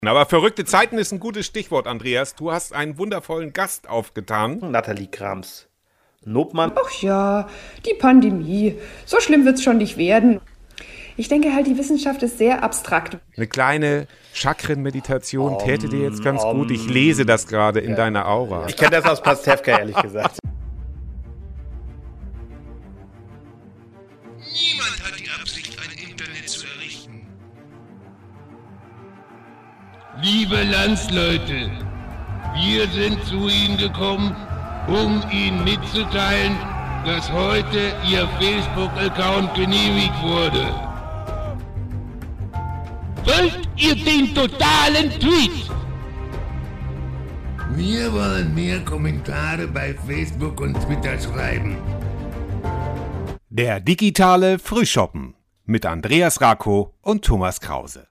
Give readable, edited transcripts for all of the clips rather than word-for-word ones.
Aber verrückte Zeiten ist ein gutes Stichwort, Andreas. Du hast einen wundervollen Gast aufgetan. Nathalie Grams-Nobmann. Ach ja, die Pandemie. So schlimm wird's schon nicht werden. Ich denke halt, die Wissenschaft ist sehr abstrakt. Eine kleine Chakrenmeditation täte dir jetzt ganz gut. Ich lese das gerade in deiner Aura. Ich kenne das aus Pastewka, ehrlich gesagt. Niemand hat die Absicht, ein Internet zu errichten. Liebe Landsleute, wir sind zu Ihnen gekommen, um Ihnen mitzuteilen, dass heute Ihr Facebook-Account genehmigt wurde. Wollt ihr den totalen Tweet? Wir wollen mehr Kommentare bei Facebook und Twitter schreiben. Der digitale Frühschoppen mit Andreas Rako und Thomas Krause.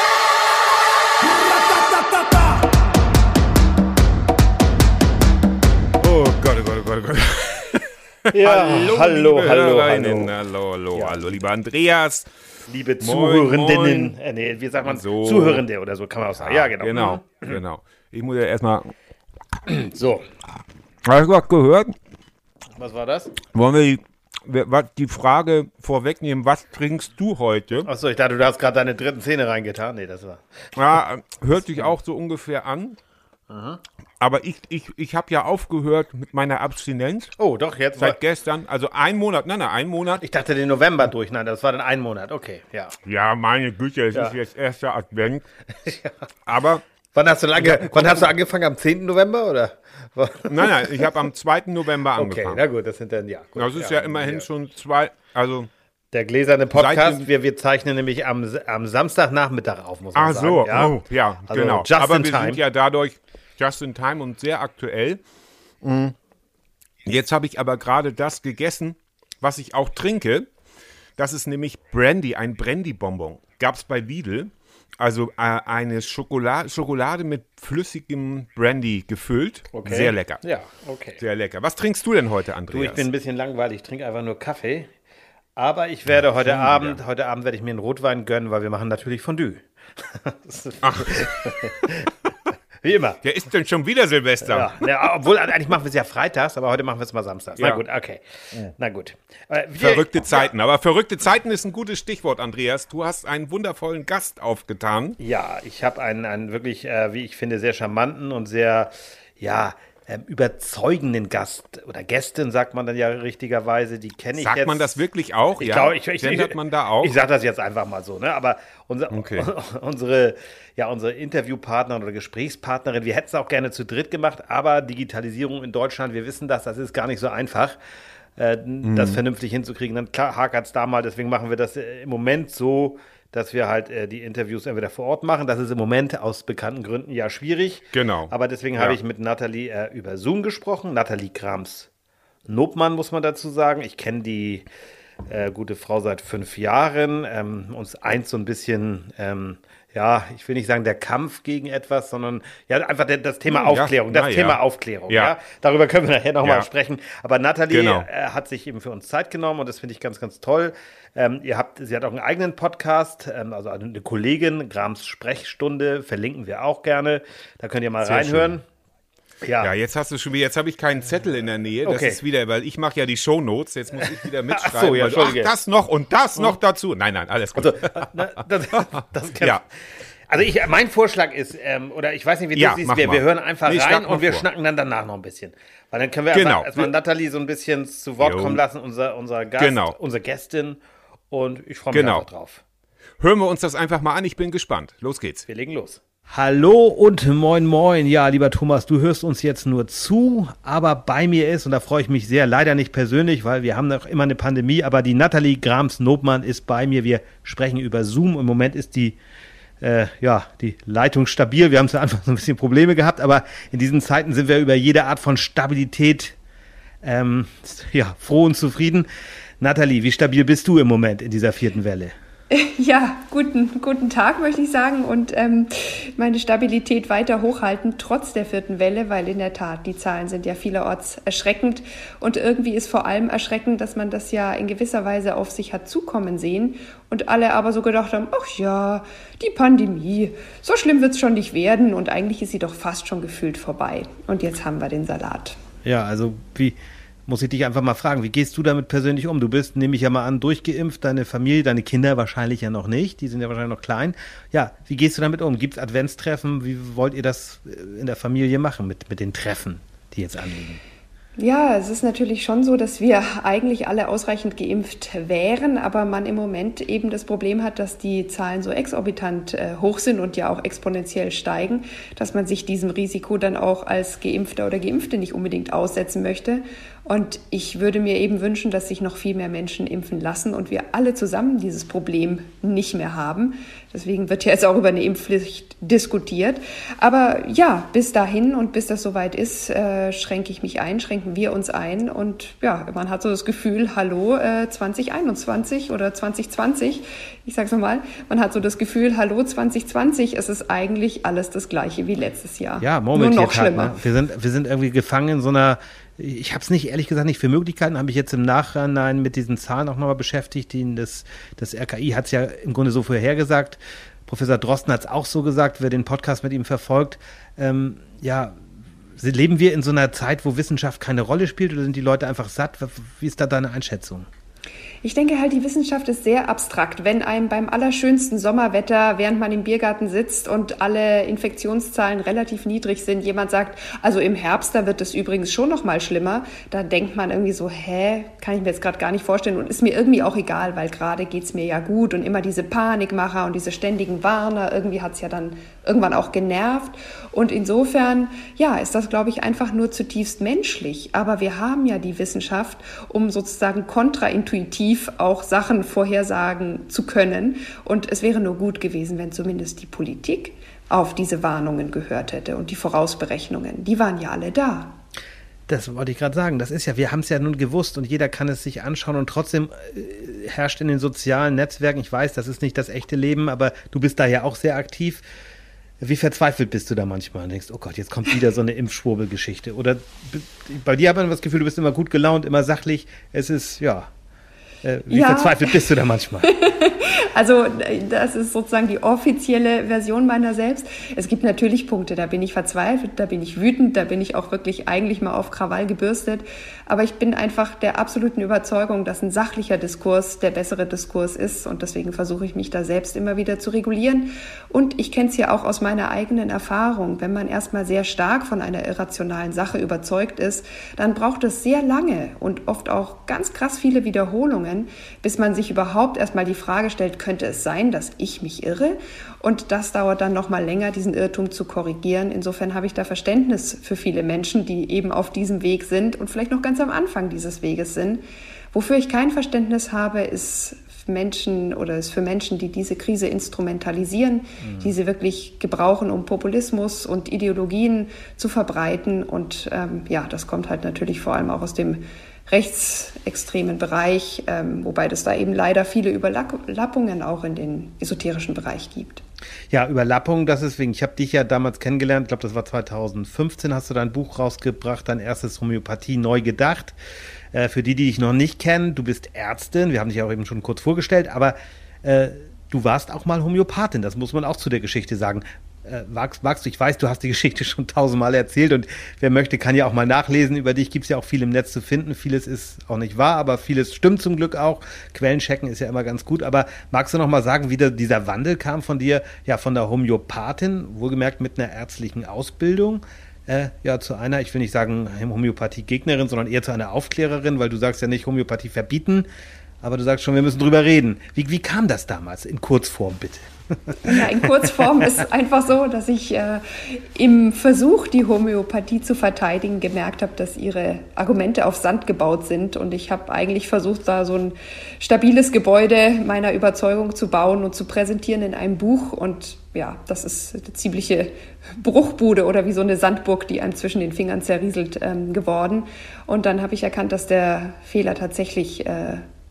Oh Gott, oh Gott, oh Gott, oh Gott. Ja, hallo. Hallo, lieber Andreas. Liebe Zuhörendinnen. Moin. Wie sagt man? So. Zuhörende oder so kann man auch sagen. Ja, genau. Genau. Ich muss ja erstmal. So, Hast du was gehört? was war das? Wollen wir die Frage vorwegnehmen, was trinkst du heute? Achso, ich dachte, du hast gerade deine dritten Zähne reingetan. Nee, das war... Ja, hört sich auch so ungefähr an. Aber ich habe ja aufgehört mit meiner Abstinenz Oh, doch, jetzt seit gestern. Also ein Monat, ein Monat. Ich dachte den November durch. Nein, das war dann ein Monat. Okay, ja. Ja, meine Güte, es ist jetzt erster Advent. Aber, Wann hast du angefangen? Am 10. November, oder? nein, ich habe am 2. November Okay, angefangen. na gut, das sind dann, ja. Gut, Das ist ja immerhin schon also... Der gläserne Podcast, Seit- wir zeichnen nämlich am Samstagnachmittag auf, muss man Ach sagen. so, ja. oh, ja, Also genau. just Aber in wir time. sind ja dadurch just in time und sehr aktuell. Jetzt habe ich aber gerade das gegessen, was ich auch trinke. Das ist nämlich Brandy, ein Brandy-Bonbon. Gab es bei Lidl. Also eine Schokolade mit flüssigem Brandy gefüllt. Okay. Sehr lecker. Ja, okay. Sehr lecker. Was trinkst du denn heute, Du, Andreas? ich bin ein bisschen langweilig, ich trinke einfach nur Kaffee. Aber ich werde heute Abend werde ich mir einen Rotwein gönnen, weil wir machen natürlich Fondue. Wie immer. Der ist denn schon wieder Silvester. Ja, obwohl, eigentlich machen wir es ja freitags, aber heute machen wir es mal samstags. Ja. Na gut, okay. Na gut. Verrückte Zeiten. Aber verrückte Zeiten ist ein gutes Stichwort, Andreas. Du hast einen wundervollen Gast aufgetan. Ja, ich habe einen wirklich, wie ich finde, sehr charmanten und sehr, überzeugenden Gast oder Gästin, sagt man dann ja richtigerweise. Die kenne ich jetzt. Sagt man das wirklich auch? Ich Ja. glaube, Gendert man da auch? Ich sage das jetzt einfach mal so, ne? Aber Okay. unsere Interviewpartnerin oder Gesprächspartnerin, wir hätten es auch gerne zu dritt gemacht, aber Digitalisierung in Deutschland, wir wissen das ist gar nicht so einfach, das vernünftig hinzukriegen. Dann klar hakert es da mal, deswegen machen wir das im Moment so, dass wir halt die Interviews entweder vor Ort machen. Das ist im Moment aus bekannten Gründen ja schwierig. Genau. Aber deswegen habe ich mit Nathalie über Zoom gesprochen. Nathalie Grams-Nobmann, muss man dazu sagen. Ich kenne die gute Frau seit 5 Jahren. Uns eint so ein bisschen, ich will nicht sagen der Kampf gegen etwas, sondern einfach das Thema Aufklärung. Thema Aufklärung. Ja. Darüber können wir nachher nochmal sprechen. Aber Nathalie Genau. hat sich eben für uns Zeit genommen und das finde ich ganz, ganz toll. Sie hat auch einen eigenen Podcast, also eine Kollegin, Grams Sprechstunde, verlinken wir auch gerne. Da könnt ihr mal Sehr reinhören. Ja, jetzt habe ich keinen Zettel in der Nähe. Das Okay. ist wieder, weil ich mache ja die Shownotes. Jetzt muss ich wieder mitschreiben. Ach so, ja, weil Entschuldige. das noch und das noch dazu. Nein, alles gut. Also, das kann, Ja. Also mein Vorschlag ist, oder ich weiß nicht, wie du siehst, mach wir mal. hören einfach Nee, schlag rein mal und wir vor. schnacken dann danach noch ein bisschen. Weil dann können wir Genau. erstmal Nathalie so ein bisschen zu Wort Jo. kommen lassen, unser Gast, Genau. unsere Gästin. Und ich freue mich Genau. einfach drauf. Hören wir uns das einfach mal an. Ich bin gespannt. Los geht's. Wir legen los. Hallo und moin moin. Ja, lieber Thomas, du hörst uns jetzt nur zu, aber bei mir ist, und da freue ich mich sehr, leider nicht persönlich, weil wir haben noch immer eine Pandemie, aber die Nathalie Grams-Nobmann ist bei mir. Wir sprechen über Zoom. Im Moment ist die Leitung stabil. Wir haben zu Anfang so ein bisschen Probleme gehabt, aber in diesen Zeiten sind wir über jede Art von Stabilität froh und zufrieden. Nathalie, wie stabil bist du im Moment in dieser 4. Welle? Ja, guten Tag, möchte ich sagen, und meine Stabilität weiter hochhalten, trotz der 4. Welle, weil in der Tat, die Zahlen sind ja vielerorts erschreckend und irgendwie ist vor allem erschreckend, dass man das ja in gewisser Weise auf sich hat zukommen sehen und alle aber so gedacht haben, ach ja, die Pandemie, so schlimm wird's schon nicht werden und eigentlich ist sie doch fast schon gefühlt vorbei und jetzt haben wir den Salat. Ja, also muss ich dich einfach mal fragen, wie gehst du damit persönlich um? Du bist, nehme ich ja mal an, durchgeimpft, deine Familie, deine Kinder wahrscheinlich ja noch nicht, die sind ja wahrscheinlich noch klein. Ja, wie gehst du damit um? Gibt es Adventstreffen? Wie wollt ihr das in der Familie machen mit den Treffen, die jetzt anliegen? Ja, es ist natürlich schon so, dass wir eigentlich alle ausreichend geimpft wären, aber man im Moment eben das Problem hat, dass die Zahlen so exorbitant hoch sind und ja auch exponentiell steigen, dass man sich diesem Risiko dann auch als Geimpfter oder Geimpfte nicht unbedingt aussetzen möchte. Und ich würde mir eben wünschen, dass sich noch viel mehr Menschen impfen lassen und wir alle zusammen dieses Problem nicht mehr haben. Deswegen wird ja jetzt auch über eine Impfpflicht diskutiert. Aber ja, bis dahin und bis das soweit ist, schränken wir uns ein. Und ja, man hat so das Gefühl, hallo 2021 oder 2020, ich sag's nochmal, man hat so das Gefühl, hallo 2020, es ist eigentlich alles das Gleiche wie letztes Jahr. Ja, Moment, nur noch schlimmer. Ne? Wir sind irgendwie gefangen in so einer. Ich habe es ehrlich gesagt nicht für Möglichkeiten, habe ich jetzt im Nachhinein mit diesen Zahlen auch nochmal beschäftigt. Das RKI hat es ja im Grunde so vorhergesagt. Professor Drosten hat es auch so gesagt, wer den Podcast mit ihm verfolgt. Leben wir in so einer Zeit, wo Wissenschaft keine Rolle spielt oder sind die Leute einfach satt? Wie ist da deine Einschätzung? Ich denke halt, die Wissenschaft ist sehr abstrakt. Wenn einem beim allerschönsten Sommerwetter, während man im Biergarten sitzt und alle Infektionszahlen relativ niedrig sind, jemand sagt, also im Herbst, da wird es übrigens schon noch mal schlimmer, da denkt man irgendwie so, kann ich mir jetzt gerade gar nicht vorstellen und ist mir irgendwie auch egal, weil gerade geht's mir ja gut und immer diese Panikmacher und diese ständigen Warner, irgendwie hat's ja dann irgendwann auch genervt und insofern, ja, ist das, glaube ich, einfach nur zutiefst menschlich. Aber wir haben ja die Wissenschaft, um sozusagen kontraintuitiv auch Sachen vorhersagen zu können. Und es wäre nur gut gewesen, wenn zumindest die Politik auf diese Warnungen gehört hätte und die Vorausberechnungen. Die waren ja alle da. Das wollte ich gerade sagen. Das ist ja, wir haben es ja nun gewusst und jeder kann es sich anschauen und trotzdem herrscht in den sozialen Netzwerken, ich weiß, das ist nicht das echte Leben, aber du bist da ja auch sehr aktiv. Wie verzweifelt bist du da manchmal und denkst, oh Gott, jetzt kommt wieder so eine Impfschwurbelgeschichte. Oder bei dir hat man das Gefühl, du bist immer gut gelaunt, immer sachlich. Es ist, wie verzweifelt bist du da manchmal? Also das ist sozusagen die offizielle Version meiner selbst. Es gibt natürlich Punkte, da bin ich verzweifelt, da bin ich wütend, da bin ich auch wirklich eigentlich mal auf Krawall gebürstet. Aber ich bin einfach der absoluten Überzeugung, dass ein sachlicher Diskurs der bessere Diskurs ist. Und deswegen versuche ich mich da selbst immer wieder zu regulieren. Und ich kenne es ja auch aus meiner eigenen Erfahrung. Wenn man erstmal sehr stark von einer irrationalen Sache überzeugt ist, dann braucht es sehr lange und oft auch ganz krass viele Wiederholungen, bis man sich überhaupt erstmal die Frage stellt, könnte es sein, dass ich mich irre? Und das dauert dann noch mal länger, diesen Irrtum zu korrigieren. Insofern habe ich da Verständnis für viele Menschen, die eben auf diesem Weg sind und vielleicht noch ganz am Anfang dieses Weges sind. Wofür ich kein Verständnis habe, ist für Menschen, die diese Krise instrumentalisieren, die sie wirklich gebrauchen, um Populismus und Ideologien zu verbreiten. Und das kommt halt natürlich vor allem auch aus dem rechtsextremen Bereich, wobei es da eben leider viele Überlappungen auch in den esoterischen Bereich gibt. Ja, Überlappungen, ich habe dich ja damals kennengelernt, ich glaube, das war 2015, hast du dein Buch rausgebracht, dein erstes Homöopathie neu gedacht. Für die dich noch nicht kennen, du bist Ärztin, wir haben dich ja auch eben schon kurz vorgestellt, aber du warst auch mal Homöopathin, das muss man auch zu der Geschichte sagen. Magst du, ich weiß, du hast die Geschichte schon 1000-mal erzählt und wer möchte, kann ja auch mal nachlesen. Über dich gibt es ja auch viel im Netz zu finden. Vieles ist auch nicht wahr, aber vieles stimmt zum Glück auch. Quellen checken ist ja immer ganz gut. Aber magst du noch mal sagen, wie dieser Wandel kam von dir, ja, von der Homöopathin, wohlgemerkt mit einer ärztlichen Ausbildung, zu einer, ich will nicht sagen Homöopathie-Gegnerin, sondern eher zu einer Aufklärerin, weil du sagst ja nicht Homöopathie verbieten, aber du sagst schon, wir müssen drüber reden. Wie kam das damals? In Kurzform, bitte. Ja, in Kurzform ist einfach so, dass ich im Versuch, die Homöopathie zu verteidigen, gemerkt habe, dass ihre Argumente auf Sand gebaut sind. Und ich habe eigentlich versucht, da so ein stabiles Gebäude meiner Überzeugung zu bauen und zu präsentieren in einem Buch. Und ja, das ist eine ziemliche Bruchbude oder wie so eine Sandburg, die einem zwischen den Fingern zerrieselt geworden. Und dann habe ich erkannt, dass der Fehler tatsächlich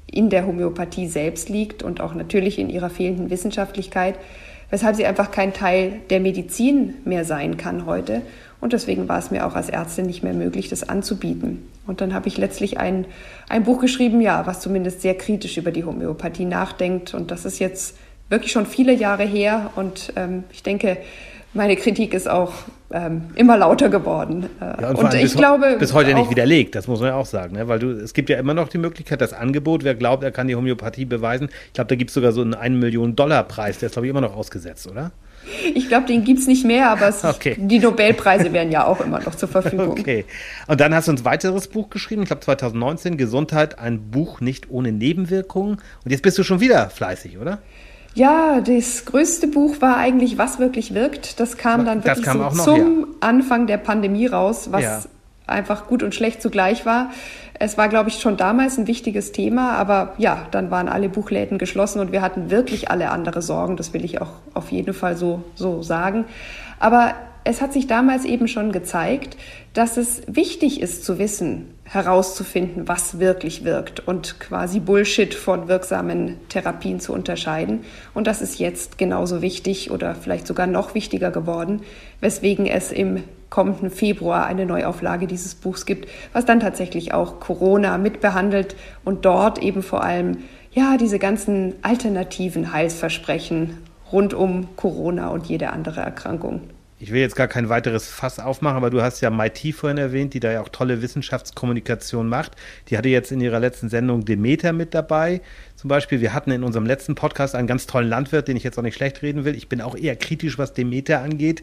in der Homöopathie selbst liegt und auch natürlich in ihrer fehlenden Wissenschaftlichkeit, weshalb sie einfach kein Teil der Medizin mehr sein kann heute. Und deswegen war es mir auch als Ärztin nicht mehr möglich, das anzubieten. Und dann habe ich letztlich ein Buch geschrieben, ja, was zumindest sehr kritisch über die Homöopathie nachdenkt. Und das ist jetzt wirklich schon viele Jahre her. Und ich denke, meine Kritik ist auch immer lauter geworden. Ja, und ich glaube bis heute nicht widerlegt, das muss man ja auch sagen. Ne? Weil es gibt ja immer noch die Möglichkeit, das Angebot, wer glaubt, er kann die Homöopathie beweisen. Ich glaube, da gibt es sogar so einen $1-Million-Preis, der ist, glaube ich, immer noch ausgesetzt, oder? Ich glaube, den gibt es nicht mehr, aber die Nobelpreise wären ja auch immer noch zur Verfügung. Okay. Und dann hast du uns ein weiteres Buch geschrieben, ich glaube 2019, Gesundheit, ein Buch nicht ohne Nebenwirkungen. Und jetzt bist du schon wieder fleißig, oder? Ja, das größte Buch war eigentlich „Was wirklich wirkt". Das kam dann wirklich zum Anfang der Pandemie raus, was einfach gut und schlecht zugleich war. Es war, glaube ich, schon damals ein wichtiges Thema, aber ja, dann waren alle Buchläden geschlossen und wir hatten wirklich alle andere Sorgen. Das will ich auch auf jeden Fall so sagen. Aber es hat sich damals eben schon gezeigt, dass es wichtig ist zu wissen, herauszufinden, was wirklich wirkt und quasi Bullshit von wirksamen Therapien zu unterscheiden. Und das ist jetzt genauso wichtig oder vielleicht sogar noch wichtiger geworden, weswegen es im kommenden Februar eine Neuauflage dieses Buchs gibt, was dann tatsächlich auch Corona mitbehandelt und dort eben vor allem diese ganzen alternativen Heilsversprechen rund um Corona und jede andere Erkrankung. Ich will jetzt gar kein weiteres Fass aufmachen, aber du hast ja MIT vorhin erwähnt, die da ja auch tolle Wissenschaftskommunikation macht. Die hatte jetzt in ihrer letzten Sendung Demeter mit dabei. Zum Beispiel, wir hatten in unserem letzten Podcast einen ganz tollen Landwirt, den ich jetzt auch nicht schlecht reden will. Ich bin auch eher kritisch, was Demeter angeht.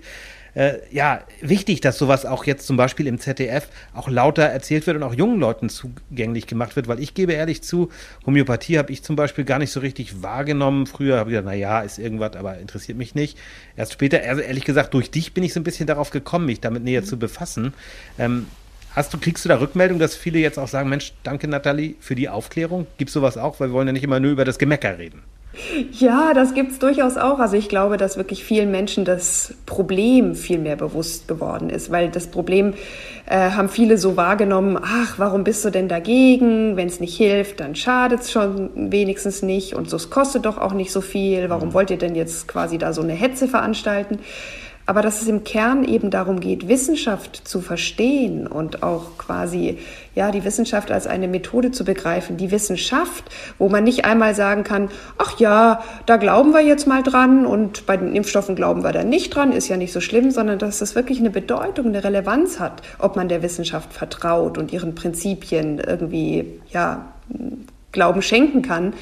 Wichtig, dass sowas auch jetzt zum Beispiel im ZDF auch lauter erzählt wird und auch jungen Leuten zugänglich gemacht wird, weil ich gebe ehrlich zu, Homöopathie habe ich zum Beispiel gar nicht so richtig wahrgenommen. Früher habe ich gedacht, ist irgendwas, aber interessiert mich nicht. Erst später, also ehrlich gesagt, durch dich bin ich so ein bisschen darauf gekommen, mich damit näher zu befassen. Kriegst du da Rückmeldung, dass viele jetzt auch sagen, Mensch, danke Nathalie für die Aufklärung? Gibt es sowas auch? Weil wir wollen ja nicht immer nur über das Gemecker reden. Ja, das gibt's durchaus auch. Also ich glaube, dass wirklich vielen Menschen das Problem viel mehr bewusst geworden ist, weil das Problem haben viele so wahrgenommen, ach, warum bist du denn dagegen? Wenn es nicht hilft, dann schadet's schon wenigstens nicht und so, es kostet doch auch nicht so viel. Warum wollt ihr denn jetzt quasi da so eine Hetze veranstalten? Aber dass es im Kern eben darum geht, Wissenschaft zu verstehen und auch quasi die Wissenschaft als eine Methode zu begreifen. Die Wissenschaft, wo man nicht einmal sagen kann, ach ja, da glauben wir jetzt mal dran und bei den Impfstoffen glauben wir dann nicht dran, ist ja nicht so schlimm, sondern dass das wirklich eine Bedeutung, eine Relevanz hat, ob man der Wissenschaft vertraut und ihren Prinzipien irgendwie Glauben schenken kann.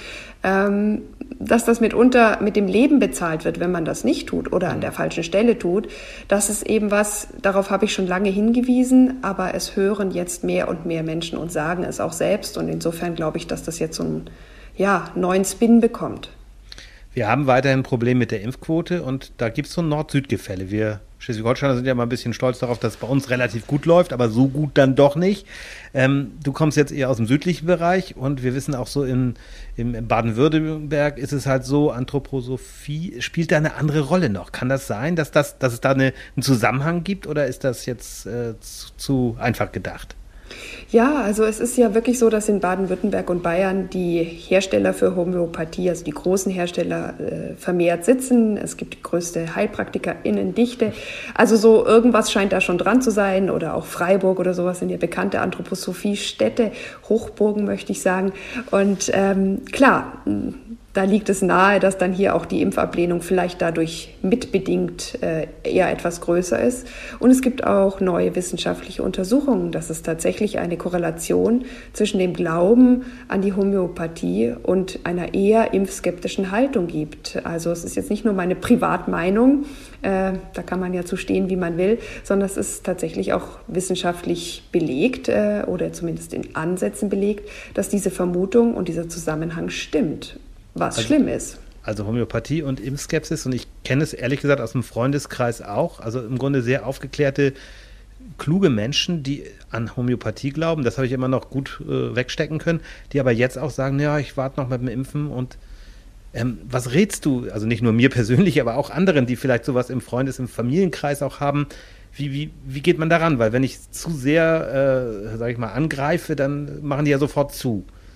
Dass das mitunter mit dem Leben bezahlt wird, wenn man das nicht tut oder an der falschen Stelle tut, das ist eben was, darauf habe ich schon lange hingewiesen, aber es hören jetzt mehr und mehr Menschen und sagen es auch selbst und insofern glaube ich, dass das jetzt so einen neuen Spin bekommt. Wir haben weiterhin ein Problem mit der Impfquote und da gibt es so ein Nord-Süd-Gefälle. Wir Schleswig-Holsteiner sind ja mal ein bisschen stolz darauf, dass es bei uns relativ gut läuft, aber so gut dann doch nicht. Du kommst jetzt eher aus dem südlichen Bereich und wir wissen auch so im Baden-Württemberg ist es halt so, Anthroposophie spielt da eine andere Rolle noch. Kann das sein, dass es da einen Zusammenhang gibt oder ist das jetzt zu einfach gedacht? Ja, also es ist ja wirklich so, dass in Baden-Württemberg und Bayern die Hersteller für Homöopathie, also die großen Hersteller, vermehrt sitzen. Es gibt die größte HeilpraktikerInnendichte. Also so irgendwas scheint da schon dran zu sein. Oder auch Freiburg oder sowas sind ja bekannte Anthroposophie-Städte, Hochburgen möchte ich sagen. Und klar, da liegt es nahe, dass dann hier auch die Impfablehnung vielleicht dadurch mitbedingt eher etwas größer ist. Und es gibt auch neue wissenschaftliche Untersuchungen, dass es tatsächlich eine Korrelation zwischen dem Glauben an die Homöopathie und einer eher impfskeptischen Haltung gibt. Also es ist jetzt nicht nur meine Privatmeinung, da kann man ja zu stehen, wie man will, sondern es ist tatsächlich auch wissenschaftlich belegt oder zumindest in Ansätzen belegt, dass diese Vermutung und dieser Zusammenhang stimmt. Was schlimm ist. Also Homöopathie und Impfskepsis und ich kenne es ehrlich gesagt aus dem Freundeskreis auch, also im Grunde sehr aufgeklärte, kluge Menschen, die an Homöopathie glauben, das habe ich immer noch gut wegstecken können, die aber jetzt auch sagen, ich warte noch mit dem Impfen und was rätst du, also nicht nur mir persönlich, aber auch anderen, die vielleicht sowas im im Familienkreis auch haben, wie geht man daran? Weil wenn ich zu sehr, angreife, dann machen die ja sofort zu.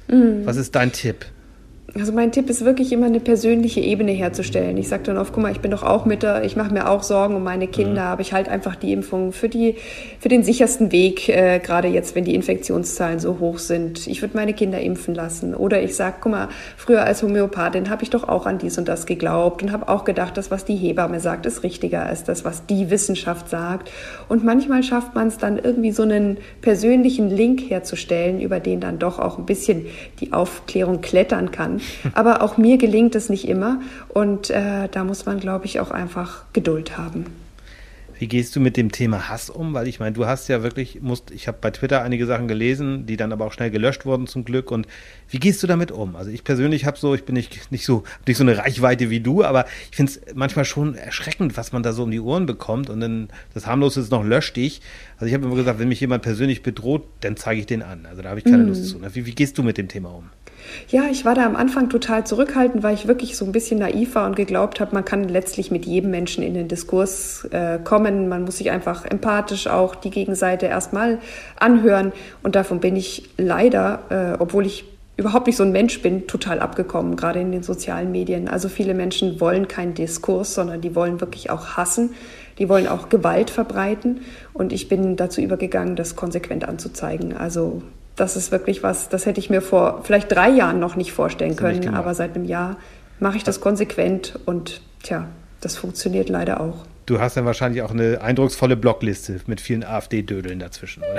Was ist dein Tipp? Also mein Tipp ist wirklich immer eine persönliche Ebene herzustellen. Ich sage dann oft, guck mal, ich bin doch auch Mutter, ich mache mir auch Sorgen um meine Kinder, aber ich halte einfach die Impfung für den sichersten Weg, gerade jetzt, wenn die Infektionszahlen so hoch sind. Ich würde meine Kinder impfen lassen. Oder ich sage, guck mal, früher als Homöopathin habe ich doch auch an dies und das geglaubt und habe auch gedacht, das, was die Hebamme sagt, ist richtiger als das, was die Wissenschaft sagt. Und manchmal schafft man es dann irgendwie so einen persönlichen Link herzustellen, über den dann doch auch ein bisschen die Aufklärung klettern kann. Aber auch mir gelingt es nicht immer und da muss man, glaube ich, auch einfach Geduld haben. Wie gehst du mit dem Thema Hass um? Weil ich meine, du hast ja wirklich, ich habe bei Twitter einige Sachen gelesen, die dann aber auch schnell gelöscht wurden zum Glück. Und wie gehst du damit um? Also ich persönlich ich bin nicht so eine Reichweite wie du, aber ich finde es manchmal schon erschreckend, was man da so um die Ohren bekommt. Und dann das Harmlose ist noch, lösch dich. Also ich habe immer gesagt, wenn mich jemand persönlich bedroht, dann zeige ich den an. Also da habe ich keine Lust zu. Wie gehst du mit dem Thema um? Ja, ich war da am Anfang total zurückhaltend, weil ich wirklich so ein bisschen naiv war und geglaubt habe, man kann letztlich mit jedem Menschen in den Diskurs kommen. Man muss sich einfach empathisch auch die Gegenseite erstmal anhören. Und davon bin ich leider, obwohl ich überhaupt nicht so ein Mensch bin, total abgekommen, gerade in den sozialen Medien. Also viele Menschen wollen keinen Diskurs, sondern die wollen wirklich auch hassen. Die wollen auch Gewalt verbreiten. Und ich bin dazu übergegangen, das konsequent anzuzeigen. Also das ist wirklich was, das hätte ich mir vor vielleicht 3 Jahren noch nicht vorstellen können, aber seit einem Jahr mache ich das konsequent und das funktioniert leider auch. Du hast dann wahrscheinlich auch eine eindrucksvolle Blockliste mit vielen AfD-Dödeln dazwischen, oder?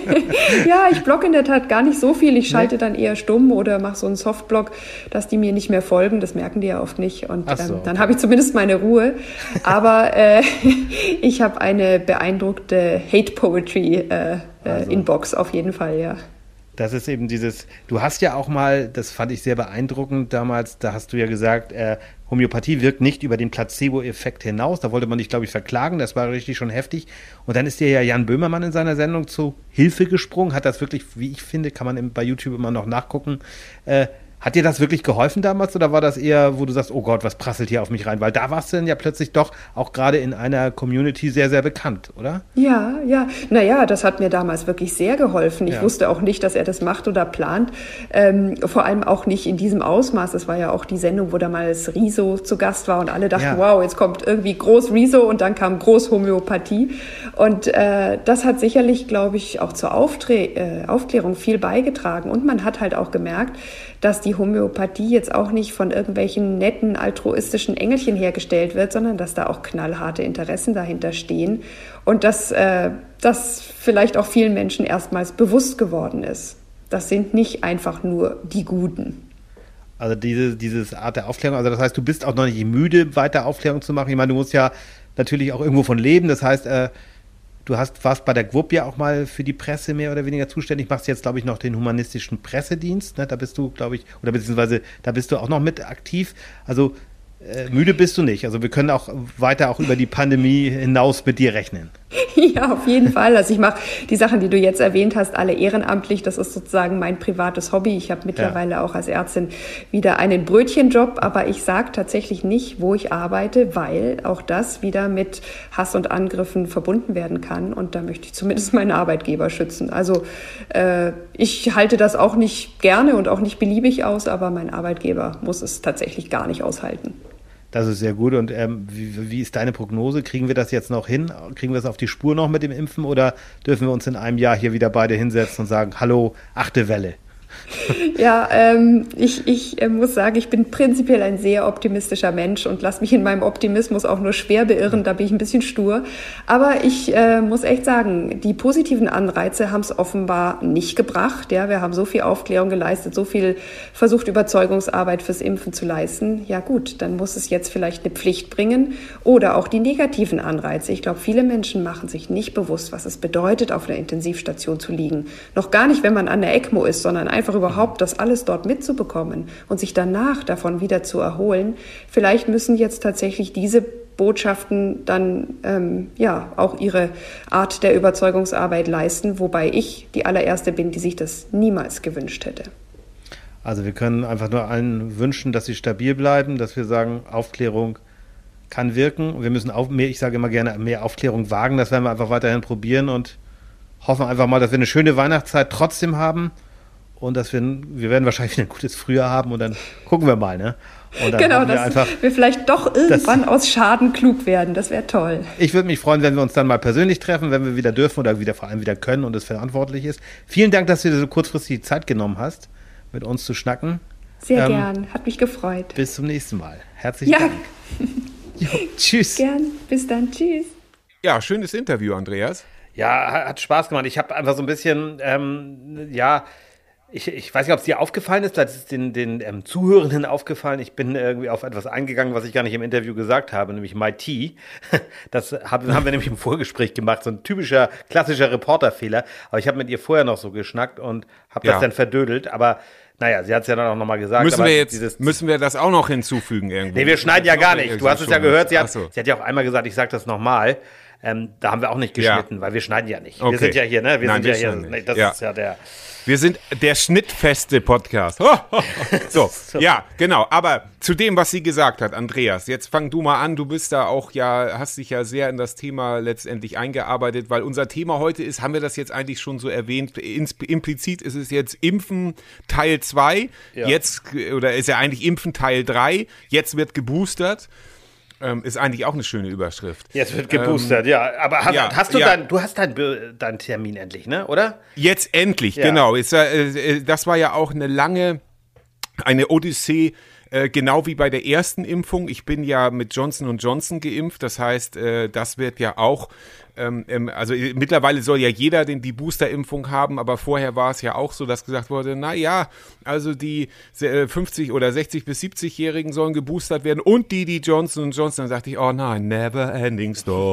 Ja, ich blogge in der Tat gar nicht so viel. Ich schalte dann eher stumm oder mache so einen Softblog, dass die mir nicht mehr folgen. Das merken die ja oft nicht. Und dann habe ich zumindest meine Ruhe. Aber ich habe eine beeindruckte Hate-Poetry-Inbox auf jeden Fall, ja. Das ist eben du hast ja auch mal, das fand ich sehr beeindruckend damals, da hast du ja gesagt, Homöopathie wirkt nicht über den Placebo-Effekt hinaus. Da wollte man dich, glaube ich, verklagen. Das war richtig schon heftig. Und dann ist dir ja Jan Böhmermann in seiner Sendung zu Hilfe gesprungen. Hat das wirklich, wie ich finde, kann man bei YouTube immer noch nachgucken, hat dir das wirklich geholfen damals oder war das eher, wo du sagst, oh Gott, was prasselt hier auf mich rein? Weil da warst du dann ja plötzlich doch auch gerade in einer Community sehr, sehr bekannt, oder? Ja. Naja, das hat mir damals wirklich sehr geholfen. Ich wusste auch nicht, dass er das macht oder plant. Vor allem auch nicht in diesem Ausmaß. Das war ja auch die Sendung, wo damals Riso zu Gast war und alle dachten, wow, jetzt kommt irgendwie groß Riso und dann kam groß Homöopathie. Und das hat sicherlich, glaube ich, auch zur Aufklärung viel beigetragen. Und man hat halt auch gemerkt, dass die Homöopathie jetzt auch nicht von irgendwelchen netten, altruistischen Engelchen hergestellt wird, sondern dass da auch knallharte Interessen dahinter stehen und dass das vielleicht auch vielen Menschen erstmals bewusst geworden ist. Das sind nicht einfach nur die Guten. Also diese Art der Aufklärung, also das heißt, du bist auch noch nicht müde, weiter Aufklärung zu machen. Ich meine, du musst ja natürlich auch irgendwo von leben, das heißt, warst bei der GWUP ja auch mal für die Presse mehr oder weniger zuständig, machst jetzt, glaube ich, noch den humanistischen Pressedienst, ne? Da bist du, glaube ich, oder beziehungsweise da bist du auch noch mit aktiv. Also müde bist du nicht. Also wir können auch weiter auch über die Pandemie hinaus mit dir rechnen. Ja, auf jeden Fall. Also ich mache die Sachen, die du jetzt erwähnt hast, alle ehrenamtlich. Das ist sozusagen mein privates Hobby. Ich habe mittlerweile auch als Ärztin wieder einen Brötchenjob, aber ich sage tatsächlich nicht, wo ich arbeite, weil auch das wieder mit Hass und Angriffen verbunden werden kann. Und da möchte ich zumindest meinen Arbeitgeber schützen. Also ich halte das auch nicht gerne und auch nicht beliebig aus, aber mein Arbeitgeber muss es tatsächlich gar nicht aushalten. Das ist sehr gut. Und wie ist deine Prognose? Kriegen wir das jetzt noch hin? Kriegen wir es auf die Spur noch mit dem Impfen oder dürfen wir uns in einem Jahr hier wieder beide hinsetzen und sagen, hallo, 8. Welle? Ja, ich muss sagen, ich bin prinzipiell ein sehr optimistischer Mensch und lasse mich in meinem Optimismus auch nur schwer beirren, da bin ich ein bisschen stur. Aber ich muss echt sagen, die positiven Anreize haben es offenbar nicht gebracht. Ja, wir haben so viel Aufklärung geleistet, so viel versucht, Überzeugungsarbeit fürs Impfen zu leisten. Ja gut, dann muss es jetzt vielleicht eine Pflicht bringen oder auch die negativen Anreize. Ich glaube, viele Menschen machen sich nicht bewusst, was es bedeutet, auf einer Intensivstation zu liegen. Noch gar nicht, wenn man an der ECMO ist, sondern einfach überhaupt das alles dort mitzubekommen und sich danach davon wieder zu erholen. Vielleicht müssen jetzt tatsächlich diese Botschaften dann auch ihre Art der Überzeugungsarbeit leisten, wobei ich die allererste bin, die sich das niemals gewünscht hätte. Also wir können einfach nur allen wünschen, dass sie stabil bleiben, dass wir sagen, Aufklärung kann wirken. Wir müssen auch mehr, ich sage immer gerne, mehr Aufklärung wagen. Das werden wir einfach weiterhin probieren und hoffen einfach mal, dass wir eine schöne Weihnachtszeit trotzdem haben. und dass wir werden wahrscheinlich wieder ein gutes Frühjahr haben und dann gucken wir mal, ne? Und dann genau, dass wir vielleicht doch irgendwann aus Schaden klug werden. Das wäre toll. Ich würde mich freuen, wenn wir uns dann mal persönlich treffen, wenn wir wieder dürfen oder vor allem wieder können und es verantwortlich ist. Vielen Dank, dass du dir so kurzfristig die Zeit genommen hast, mit uns zu schnacken. Sehr gern, hat mich gefreut. Bis zum nächsten Mal. Herzlichen Dank. Jo, tschüss. Gern, bis dann, tschüss. Ja, schönes Interview, Andreas. Ja, hat Spaß gemacht. Ich habe einfach so ein bisschen, ich weiß nicht, ob es dir aufgefallen ist, vielleicht ist es den Zuhörenden aufgefallen. Ich bin irgendwie auf etwas eingegangen, was ich gar nicht im Interview gesagt habe, nämlich My Tea. Das haben wir nämlich im Vorgespräch gemacht, so ein typischer, klassischer Reporterfehler. Aber ich habe mit ihr vorher noch so geschnackt und habe das dann verdödelt. Aber naja, sie hat es ja dann auch nochmal gesagt. Müssen wir das auch noch hinzufügen irgendwie? Nee, wir schneiden ja gar nicht. Du hast es ja gehört, sie hat ja auch einmal gesagt, ich sage das nochmal. Da haben wir auch nicht geschnitten, weil wir schneiden ja nicht. Okay. Wir sind ja hier, ne? Das ist ja der... Wir sind der schnittfeste Podcast. So, ja, genau. Aber zu dem, was sie gesagt hat, Andreas, jetzt fang du mal an. Du bist da auch hast dich ja sehr in das Thema letztendlich eingearbeitet, weil unser Thema heute ist, haben wir das jetzt eigentlich schon so erwähnt, implizit ist es jetzt Impfen Teil 2, oder ist ja eigentlich Impfen Teil 3, jetzt wird geboostert. Ist eigentlich auch eine schöne Überschrift. Jetzt wird geboostert, ja. Aber hast du du hast deinen Termin endlich, ne? Oder? Jetzt endlich, genau. Das war ja auch eine Odyssee, genau wie bei der ersten Impfung. Ich bin ja mit Johnson & Johnson geimpft. Das heißt, das wird ja auch, also mittlerweile soll ja jeder die Boosterimpfung haben, aber vorher war es ja auch so, dass gesagt wurde, also die 50 oder 60 bis 70-Jährigen sollen geboostert werden und die Johnson & Johnson. Dann sagte ich, oh nein, never ending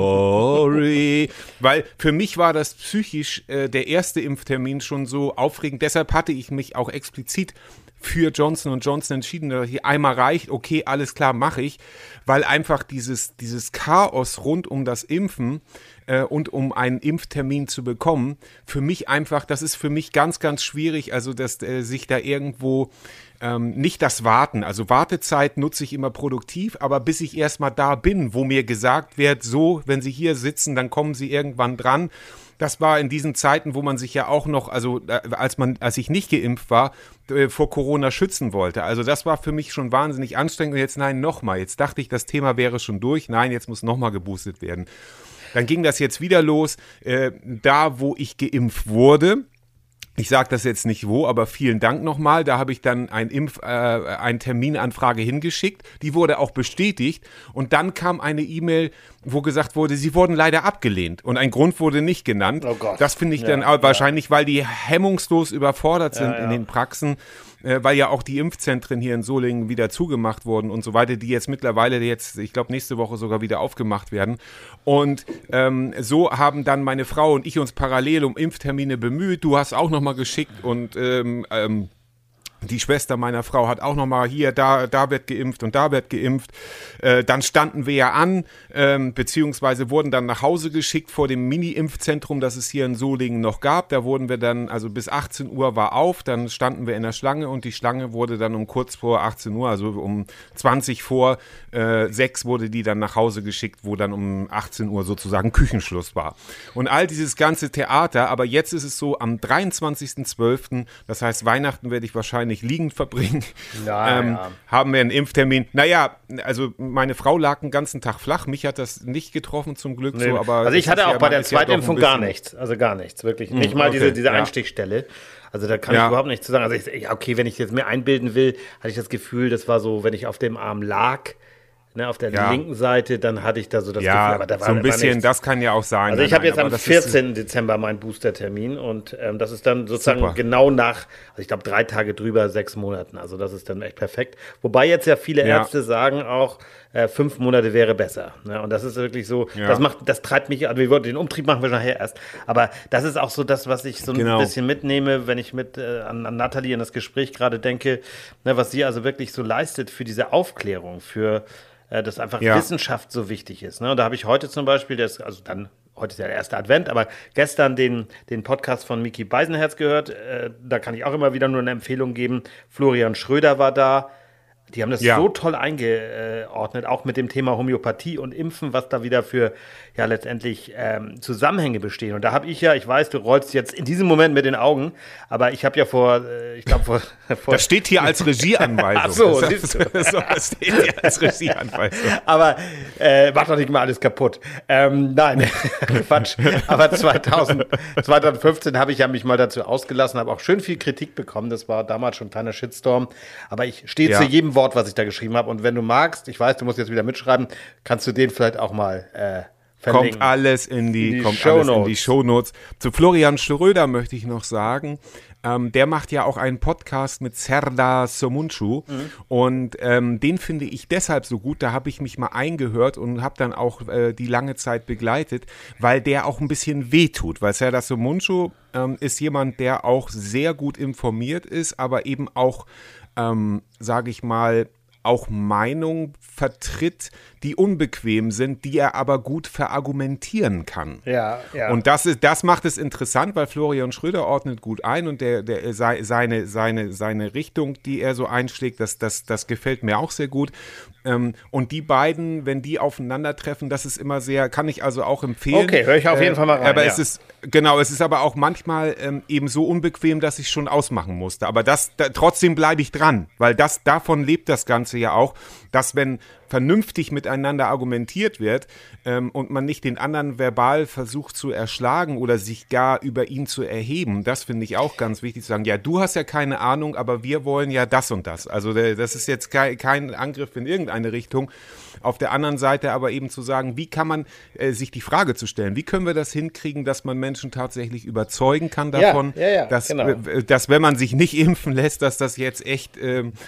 story. Weil für mich war das psychisch der erste Impftermin schon so aufregend. Deshalb hatte ich mich auch explizit für Johnson & Johnson entschieden, dass hier einmal reicht, okay, alles klar, mache ich, weil einfach dieses Chaos rund um das Impfen und um einen Impftermin zu bekommen, das ist für mich ganz, ganz schwierig, also dass sich da irgendwo nicht das Warten, also Wartezeit nutze ich immer produktiv, aber bis ich erstmal da bin, wo mir gesagt wird, so, wenn Sie hier sitzen, dann kommen Sie irgendwann dran. Das war in diesen Zeiten, wo man sich ja auch noch, also als ich nicht geimpft war, vor Corona schützen wollte. Also das war für mich schon wahnsinnig anstrengend. Und jetzt nochmal. Jetzt dachte ich, das Thema wäre schon durch. Nein, jetzt muss nochmal geboostet werden. Dann ging das jetzt wieder los, da wo ich geimpft wurde. Ich sage das jetzt nicht wo, aber vielen Dank nochmal. Da habe ich dann eine Terminanfrage hingeschickt. Die wurde auch bestätigt. Und dann kam eine E-Mail, wo gesagt wurde, sie wurden leider abgelehnt. Und ein Grund wurde nicht genannt. Oh Gott. Das finde ich dann wahrscheinlich, weil die hemmungslos überfordert sind in den Praxen, weil ja auch die Impfzentren hier in Solingen wieder zugemacht wurden und so weiter, die jetzt mittlerweile ich glaube, nächste Woche sogar wieder aufgemacht werden. Und so haben dann meine Frau und ich uns parallel um Impftermine bemüht. Du hast auch nochmal geschickt und die Schwester meiner Frau hat auch nochmal hier, da wird geimpft und da wird geimpft. Dann standen wir ja an, beziehungsweise wurden dann nach Hause geschickt vor dem Mini-Impfzentrum, das es hier in Solingen noch gab. Da wurden wir dann, also bis 18 Uhr war auf, dann standen wir in der Schlange und die Schlange wurde dann um kurz vor 18 Uhr, also um 20 vor 6 wurde die dann nach Hause geschickt, wo dann um 18 Uhr sozusagen Küchenschluss war. Und all dieses ganze Theater, aber jetzt ist es so, am 23.12., das heißt Weihnachten werde ich wahrscheinlich liegend verbringen, haben wir einen Impftermin. Naja, also meine Frau lag den ganzen Tag flach, mich hat das nicht getroffen zum Glück. Nee. So, aber also ich hatte auch bei der Zweitimpfung gar nichts, also gar nichts, wirklich. Nicht mal diese Einstichstelle. Also da kann ich überhaupt nichts zu sagen. Also okay, wenn ich jetzt mir einbilden will, hatte ich das Gefühl, das war so, wenn ich auf dem Arm lag, ne, auf der linken Seite, dann hatte ich da so das Gefühl, aber da war so ein bisschen, das kann ja auch sein. Also ich habe jetzt am 14. Dezember meinen Boostertermin und das ist dann sozusagen genau nach, also ich glaube 3 Tage drüber, 6 Monaten. Also das ist dann echt perfekt. Wobei jetzt ja viele Ärzte sagen auch, 5 Monate wäre besser. Ne? Und das ist wirklich so, das treibt mich, also den Umtrieb machen wir nachher erst. Aber das ist auch so das, was ich so ein bisschen mitnehme, wenn ich an Nathalie in das Gespräch gerade denke, ne, was sie also wirklich so leistet für diese Aufklärung, für dass einfach Wissenschaft so wichtig ist. Ne? Und da habe ich heute zum Beispiel, heute ist ja der erste Advent, aber gestern den Podcast von Micky Beisenherz gehört. Da kann ich auch immer wieder nur eine Empfehlung geben. Florian Schröder war da. Die haben das so toll eingeordnet, auch mit dem Thema Homöopathie und Impfen, was da wieder für letztendlich Zusammenhänge bestehen. Und da habe ich ich weiß, du rollst jetzt in diesem Moment mit den Augen, aber ich habe ja vor. Das steht hier als Regieanweisung. Ach so, das steht hier als Regieanweisung. Aber mach doch nicht mal alles kaputt. Nein, Quatsch. Aber 2015 habe ich mich mal dazu ausgelassen, habe auch schön viel Kritik bekommen. Das war damals schon ein kleiner Shitstorm. Aber ich stehe zu jedem Wort, was ich da geschrieben habe. Und wenn du magst, ich weiß, du musst jetzt wieder mitschreiben, kannst du den vielleicht auch mal verlinken. Kommt alles in die Shownotes. Zu Florian Schröder möchte ich noch sagen, der macht ja auch einen Podcast mit Serdar Somuncu und den finde ich deshalb so gut, da habe ich mich mal eingehört und habe dann auch die lange Zeit begleitet, weil der auch ein bisschen wehtut, weil Serdar Somuncu ist jemand, der auch sehr gut informiert ist, aber eben auch, sage ich mal, auch Meinungen vertritt, die unbequem sind, die er aber gut verargumentieren kann. Ja. Und das macht es interessant, weil Florian Schröder ordnet gut ein und seine Richtung, die er so einschlägt, das gefällt mir auch sehr gut. Und die beiden, wenn die aufeinandertreffen, das ist immer sehr, kann ich also auch empfehlen. Okay, höre ich auf jeden Fall mal rein. Aber es ist aber auch manchmal eben so unbequem, dass ich schon ausmachen musste. Aber trotzdem bleibe ich dran, weil davon lebt das Ganze ja auch, dass wenn vernünftig miteinander argumentiert wird und man nicht den anderen verbal versucht zu erschlagen oder sich gar über ihn zu erheben, das finde ich auch ganz wichtig zu sagen, ja, du hast ja keine Ahnung, aber wir wollen ja das und das. Also das ist jetzt kein Angriff in irgendeine Richtung. Auf der anderen Seite aber eben zu sagen, wie kann man sich die Frage zu stellen, wie können wir das hinkriegen, dass man Menschen tatsächlich überzeugen kann davon, dass wenn man sich nicht impfen lässt, dass das jetzt echt,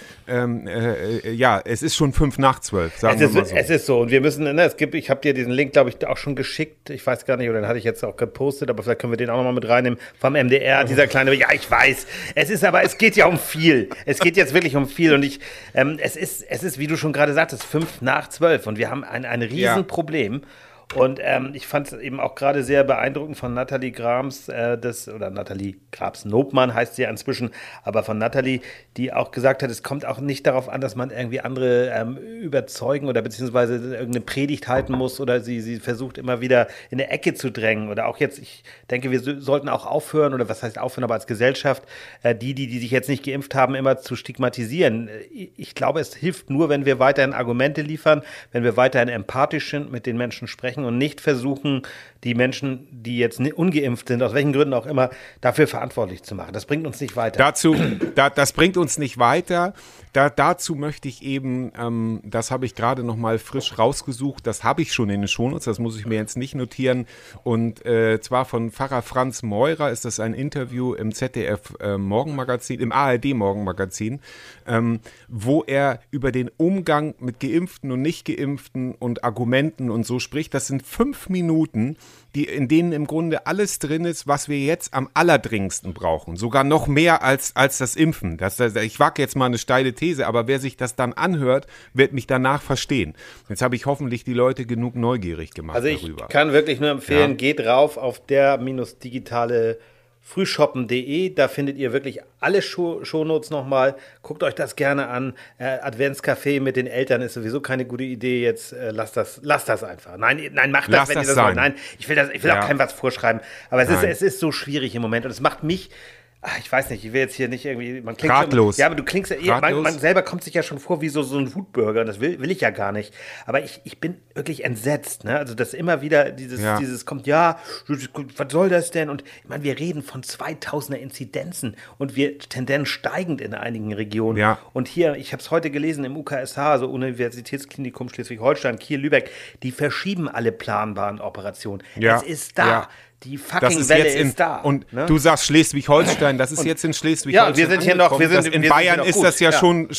es ist schon 11:55, sagen wir mal so. Es ist so und wir müssen, ich habe dir diesen Link, glaube ich, auch schon geschickt, ich weiß gar nicht, oder den hatte ich jetzt auch gepostet, aber vielleicht können wir den auch nochmal mit reinnehmen, vom MDR, dieser kleine, ich weiß, es geht ja um viel, es geht jetzt wirklich um viel und es ist, wie du schon gerade sagtest, 11:55 und wir haben ein Riesenproblem. Und ich fand es eben auch gerade sehr beeindruckend von Nathalie Grams, Nathalie Grabs-Nobmann heißt sie ja inzwischen, aber von Nathalie, die auch gesagt hat, es kommt auch nicht darauf an, dass man irgendwie andere überzeugen oder beziehungsweise irgendeine Predigt halten muss oder sie versucht immer wieder in eine Ecke zu drängen oder auch jetzt, ich denke, wir sollten auch aufhören oder was heißt aufhören, aber als Gesellschaft, die sich jetzt nicht geimpft haben, immer zu stigmatisieren. Ich glaube, es hilft nur, wenn wir weiterhin Argumente liefern, wenn wir weiterhin empathisch sind, mit den Menschen sprechen und nicht versuchen, die Menschen, die jetzt ungeimpft sind, aus welchen Gründen auch immer, dafür verantwortlich zu machen. Das bringt uns nicht weiter. Das bringt uns nicht weiter. Dazu möchte ich eben, das habe ich gerade noch mal frisch rausgesucht, das habe ich schon in den Shownotes, das muss ich mir jetzt nicht notieren. Und zwar von Pfarrer Franz Meurer ist das ein Interview im ZDF Morgenmagazin, im ARD Morgenmagazin, wo er über den Umgang mit Geimpften und Nicht-Geimpften und Argumenten und so spricht. Das sind 5 Minuten, in denen im Grunde alles drin ist, was wir jetzt am allerdringendsten brauchen. Sogar noch mehr als das Impfen. Ich wage jetzt mal eine steile These, aber wer sich das dann anhört, wird mich danach verstehen. Jetzt habe ich hoffentlich die Leute genug neugierig gemacht darüber. Also ich kann wirklich nur empfehlen, geht rauf auf der-digitale frühshoppen.de, da findet ihr wirklich alle Shownotes nochmal. Guckt euch das gerne an. Adventscafé mit den Eltern ist sowieso keine gute Idee. Jetzt lasst das einfach. Nein, macht das, wenn ihr das wollt. Nein, ich will auch keinem was vorschreiben. Aber es ist so schwierig im Moment und es macht mich, ich weiß nicht, ich will jetzt hier nicht irgendwie, man klingt ratlos. Ja, aber du klingst man selber kommt sich ja schon vor wie so ein Wutbürger und das will ich ja gar nicht. Aber ich bin wirklich entsetzt, ne? Also, dass immer wieder dieses kommt, was soll das denn? Und ich meine, wir reden von 2000er Inzidenzen und wir Tendenz steigend in einigen Regionen. Ja. Und hier, ich habe es heute gelesen im UKSH, also Universitätsklinikum Schleswig-Holstein, Kiel, Lübeck, die verschieben alle planbaren Operationen. Ja. Es ist da. Ja. Die fucking Welle ist da. Und du sagst Schleswig-Holstein, das ist jetzt in Schleswig-Holstein. Ja, wir sind hier noch. In Bayern ist das ja schon,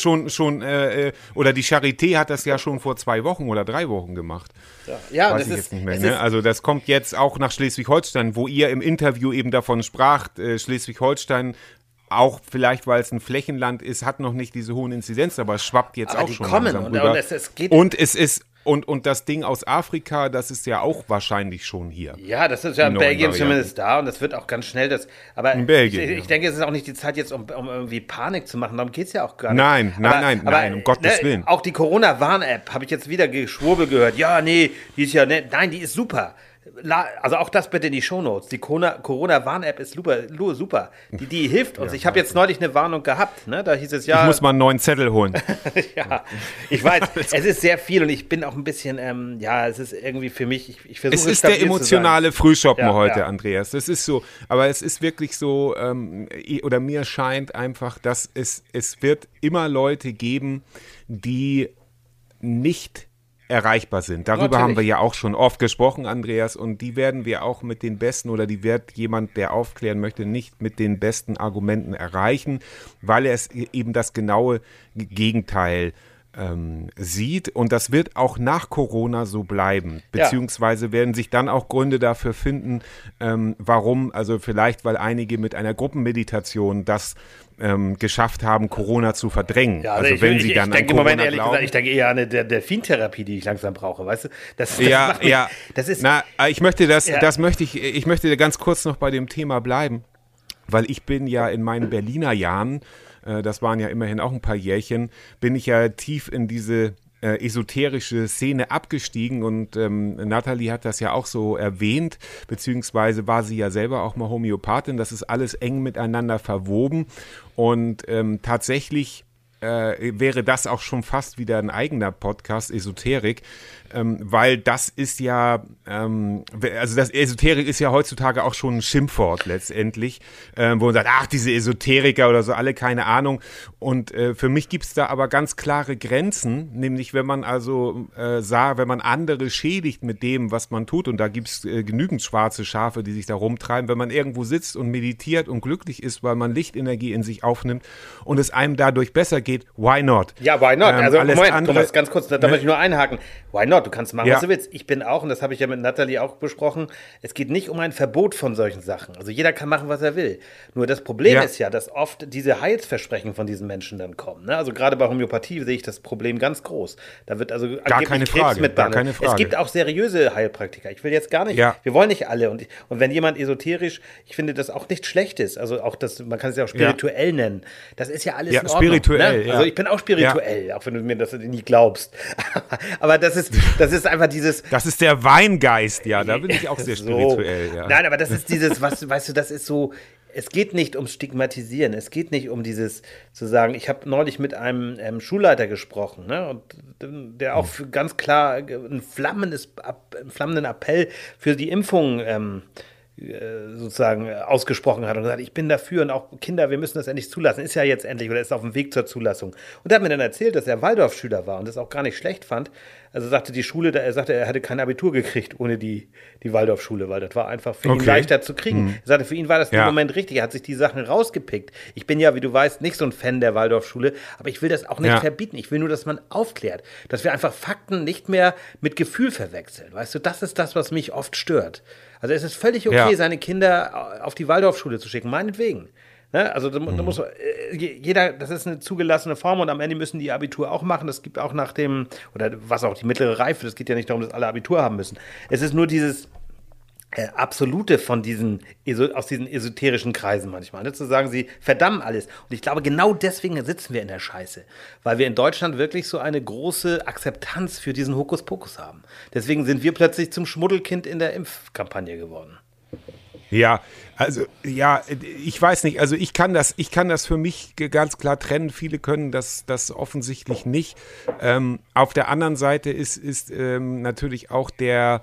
oder die Charité hat das ja schon vor 2 Wochen oder 3 Wochen gemacht. Ja, weiß ich jetzt nicht mehr. Ne? Also das kommt jetzt auch nach Schleswig-Holstein, wo ihr im Interview eben davon spracht, Schleswig-Holstein, auch vielleicht, weil es ein Flächenland ist, hat noch nicht diese hohen Inzidenzen, aber es schwappt jetzt aber auch schon kommen langsam rüber. Es geht und es ist Und das Ding aus Afrika, das ist ja auch wahrscheinlich schon hier. Ja, das ist ja in Belgien zumindest da und das wird auch ganz schnell. Aber in Belgien, ich denke, es ist auch nicht die Zeit jetzt, um irgendwie Panik zu machen. Darum geht es ja auch gar nicht. Nein, um Gottes Willen. Auch die Corona-Warn-App habe ich jetzt wieder Geschwurbel gehört. Ja, nee, die ist ja nett. Nein, die ist super. Also auch das bitte in die Shownotes. Die Corona-Warn-App ist super. Die hilft uns. Ich habe jetzt neulich eine Warnung gehabt. Ne? Da hieß es ja... Ich muss mal einen neuen Zettel holen. Ja, ich weiß. Es ist sehr viel und ich bin auch ein bisschen... es ist irgendwie für mich... Ich versuche es ist der emotionale Frühschoppen heute, Andreas. Das ist so. Aber es ist wirklich so... oder mir scheint einfach, dass es wird immer Leute geben, die nicht erreichbar sind. Darüber haben wir ja auch schon oft gesprochen, Andreas, und die werden wir auch mit den besten oder die wird jemand, der aufklären möchte, nicht mit den besten Argumenten erreichen, weil er es eben das genaue Gegenteil sieht und das wird auch nach Corona so bleiben, beziehungsweise werden sich dann auch Gründe dafür finden, warum, also vielleicht, weil einige mit einer Gruppenmeditation das geschafft haben, Corona zu verdrängen. Ja, also wenn sie dann an Corona glauben. Ich denke eher an eine Delfintherapie, die ich langsam brauche, weißt du? Das ist. Ich möchte ich möchte ganz kurz noch bei dem Thema bleiben, weil ich bin ja in meinen Berliner Jahren, das waren ja immerhin auch ein paar Jährchen, bin ich ja tief in diese esoterische Szene abgestiegen und Nathalie hat das ja auch so erwähnt, beziehungsweise war sie ja selber auch mal Homöopathin, das ist alles eng miteinander verwoben und tatsächlich wäre das auch schon fast wieder ein eigener Podcast, Esoterik, weil das ist ja, also das Esoterik ist ja heutzutage auch schon ein Schimpfwort letztendlich, wo man sagt, ach, diese Esoteriker oder so, alle keine Ahnung. Und für mich gibt es da aber ganz klare Grenzen, nämlich wenn man also wenn man andere schädigt mit dem, was man tut, und da gibt es genügend schwarze Schafe, die sich da rumtreiben, wenn man irgendwo sitzt und meditiert und glücklich ist, weil man Lichtenergie in sich aufnimmt und es einem dadurch besser geht, why not? Ja, why not? Also Moment, Thomas, ganz kurz, da möchte ich nur einhaken. Why not? Du kannst machen, was du willst. Ich bin auch, und das habe ich ja mit Nathalie auch besprochen, es geht nicht um ein Verbot von solchen Sachen. Also jeder kann machen, was er will. Nur das Problem ist ja, dass oft diese Heilsversprechen von diesen Menschen dann kommen. Ne? Also gerade bei Homöopathie sehe ich das Problem ganz groß. Da wird also gar keine Frage. Es gibt auch seriöse Heilpraktiker. Ich will jetzt gar nicht, wir wollen nicht alle. Und wenn jemand esoterisch, ich finde das auch nichts Schlechtes. Also auch das, man kann es ja auch spirituell nennen. Das ist ja alles in Ordnung. Spirituell, ne? Also ich bin auch spirituell, auch wenn du mir das nie glaubst. Aber das ist einfach dieses... Das ist der Weingeist, da bin ich auch sehr spirituell. Ja. Nein, aber das ist dieses, weißt du, das ist so... Es geht nicht ums Stigmatisieren, es geht nicht um dieses zu sagen, ich habe neulich mit einem Schulleiter gesprochen, ne, und der auch ganz klar einen flammenden Appell für die Impfung sozusagen ausgesprochen hat und gesagt, ich bin dafür und auch Kinder, wir müssen das endlich zulassen. Ist ja jetzt endlich oder ist auf dem Weg zur Zulassung. Und er hat mir dann erzählt, dass er Waldorfschüler war und das auch gar nicht schlecht fand. Also sagte die Schule, er sagte, er hatte kein Abitur gekriegt ohne die Waldorfschule, weil das war einfach für ihn leichter zu kriegen. Er sagte, für ihn war das im Moment richtig. Er hat sich die Sachen rausgepickt. Ich bin ja, wie du weißt, nicht so ein Fan der Waldorfschule, aber ich will das auch nicht verbieten. Ich will nur, dass man aufklärt, dass wir einfach Fakten nicht mehr mit Gefühl verwechseln. Weißt du, das ist das, was mich oft stört. Also es ist völlig okay, seine Kinder auf die Waldorfschule zu schicken, meinetwegen. Ne? Also da muss jeder, das ist eine zugelassene Form und am Ende müssen die Abitur auch machen. Das gibt auch nach dem, oder was auch die mittlere Reife, das geht ja nicht darum, dass alle Abitur haben müssen. Es ist nur dieses Absolute von aus diesen esoterischen Kreisen manchmal, ne? Zu sagen, sie verdammen alles. Und ich glaube, genau deswegen sitzen wir in der Scheiße. Weil wir in Deutschland wirklich so eine große Akzeptanz für diesen Hokuspokus haben. Deswegen sind wir plötzlich zum Schmuddelkind in der Impfkampagne geworden. Ja, also ich weiß nicht, also ich kann das für mich ganz klar trennen, viele können das offensichtlich nicht. Auf der anderen Seite ist natürlich auch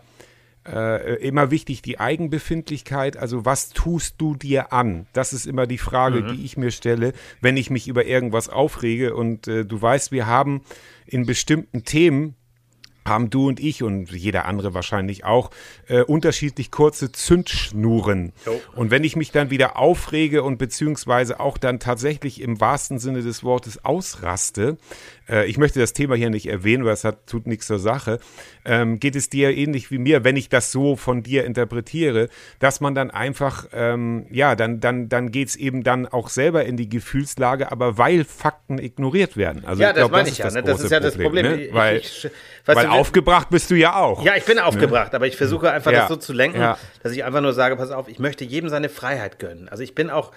immer wichtig die Eigenbefindlichkeit, also was tust du dir an? Das ist immer die Frage, die ich mir stelle, wenn ich mich über irgendwas aufrege und du weißt, wir haben in bestimmten Themen, haben du und ich und jeder andere wahrscheinlich auch unterschiedlich kurze Zündschnuren. Und wenn ich mich dann wieder aufrege und beziehungsweise auch dann tatsächlich im wahrsten Sinne des Wortes ausraste, ich möchte das Thema hier nicht erwähnen, weil tut nichts zur Sache, geht es dir ähnlich wie mir, wenn ich das so von dir interpretiere, dass man dann einfach, dann geht es eben dann auch selber in die Gefühlslage, aber weil Fakten ignoriert werden. Also ja, ich glaub, das meine ich ja. Das ist ja das Problem. Ne? Weil aufgebracht bist du ja auch. Ja, ich bin aufgebracht, aber ich versuche einfach das so zu lenken, dass ich einfach nur sage, pass auf, ich möchte jedem seine Freiheit gönnen. Also ich bin auch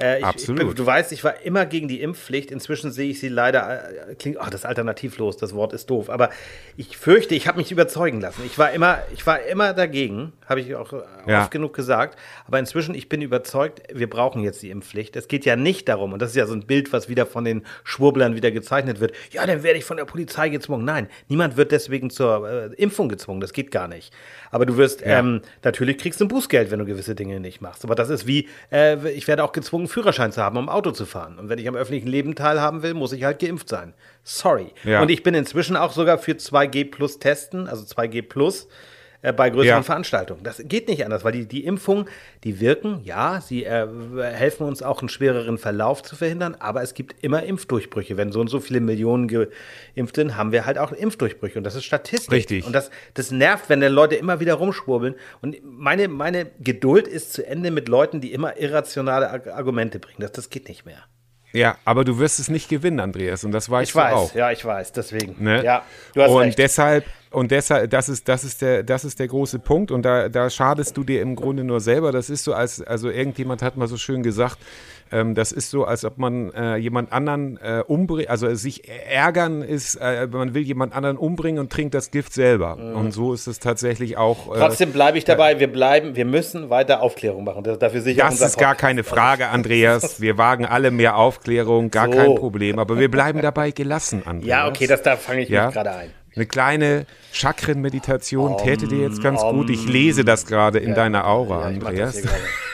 du weißt, ich war immer gegen die Impfpflicht. Inzwischen sehe ich sie leider, das alternativlos, das Wort ist doof. Aber ich fürchte, ich habe mich überzeugen lassen. Ich war immer dagegen, habe ich auch oft genug gesagt. Aber inzwischen, ich bin überzeugt, wir brauchen jetzt die Impfpflicht. Es geht ja nicht darum, und das ist ja so ein Bild, was wieder von den Schwurblern wieder gezeichnet wird, ja, dann werde ich von der Polizei gezwungen. Nein, niemand wird deswegen zur Impfung gezwungen. Das geht gar nicht. Aber du wirst, natürlich kriegst du ein Bußgeld, wenn du gewisse Dinge nicht machst. Aber das ist wie, ich werde auch gezwungen, einen Führerschein zu haben, um Auto zu fahren. Und wenn ich am öffentlichen Leben teilhaben will, muss ich halt geimpft sein. Sorry. Ja. Und ich bin inzwischen auch sogar für 2G plus testen, also 2G plus, bei größeren Veranstaltungen. Das geht nicht anders, weil die Impfungen, die wirken, sie helfen uns auch einen schwereren Verlauf zu verhindern, aber es gibt immer Impfdurchbrüche. Wenn so und so viele Millionen geimpft sind, haben wir halt auch Impfdurchbrüche und das ist Statistik. Richtig. Und das nervt, wenn dann Leute immer wieder rumschwurbeln und meine Geduld ist zu Ende mit Leuten, die immer irrationale Argumente bringen. Das geht nicht mehr. Ja, aber du wirst es nicht gewinnen, Andreas, und das weißt du auch. Ja, ich weiß, deswegen. Ne? Ja, du hast recht. Deshalb, das ist der große Punkt und da schadest du dir im Grunde nur selber. Das ist so, also irgendjemand hat mal so schön gesagt, das ist so, als ob man jemand anderen umbringt, also sich ärgern ist, man will jemand anderen umbringen und trinkt das Gift selber. Und so ist es tatsächlich auch. Trotzdem bleibe ich dabei, wir müssen weiter Aufklärung machen. Dafür sicher das ist gar keine Frage, Andreas. Wir wagen alle mehr Aufklärung, gar kein Problem. Aber wir bleiben dabei gelassen, Andreas. Ja, okay, da fange ich mich gerade ein. Eine kleine Chakrenmeditation täte dir jetzt ganz gut. Ich lese das gerade in deiner Aura, Andreas.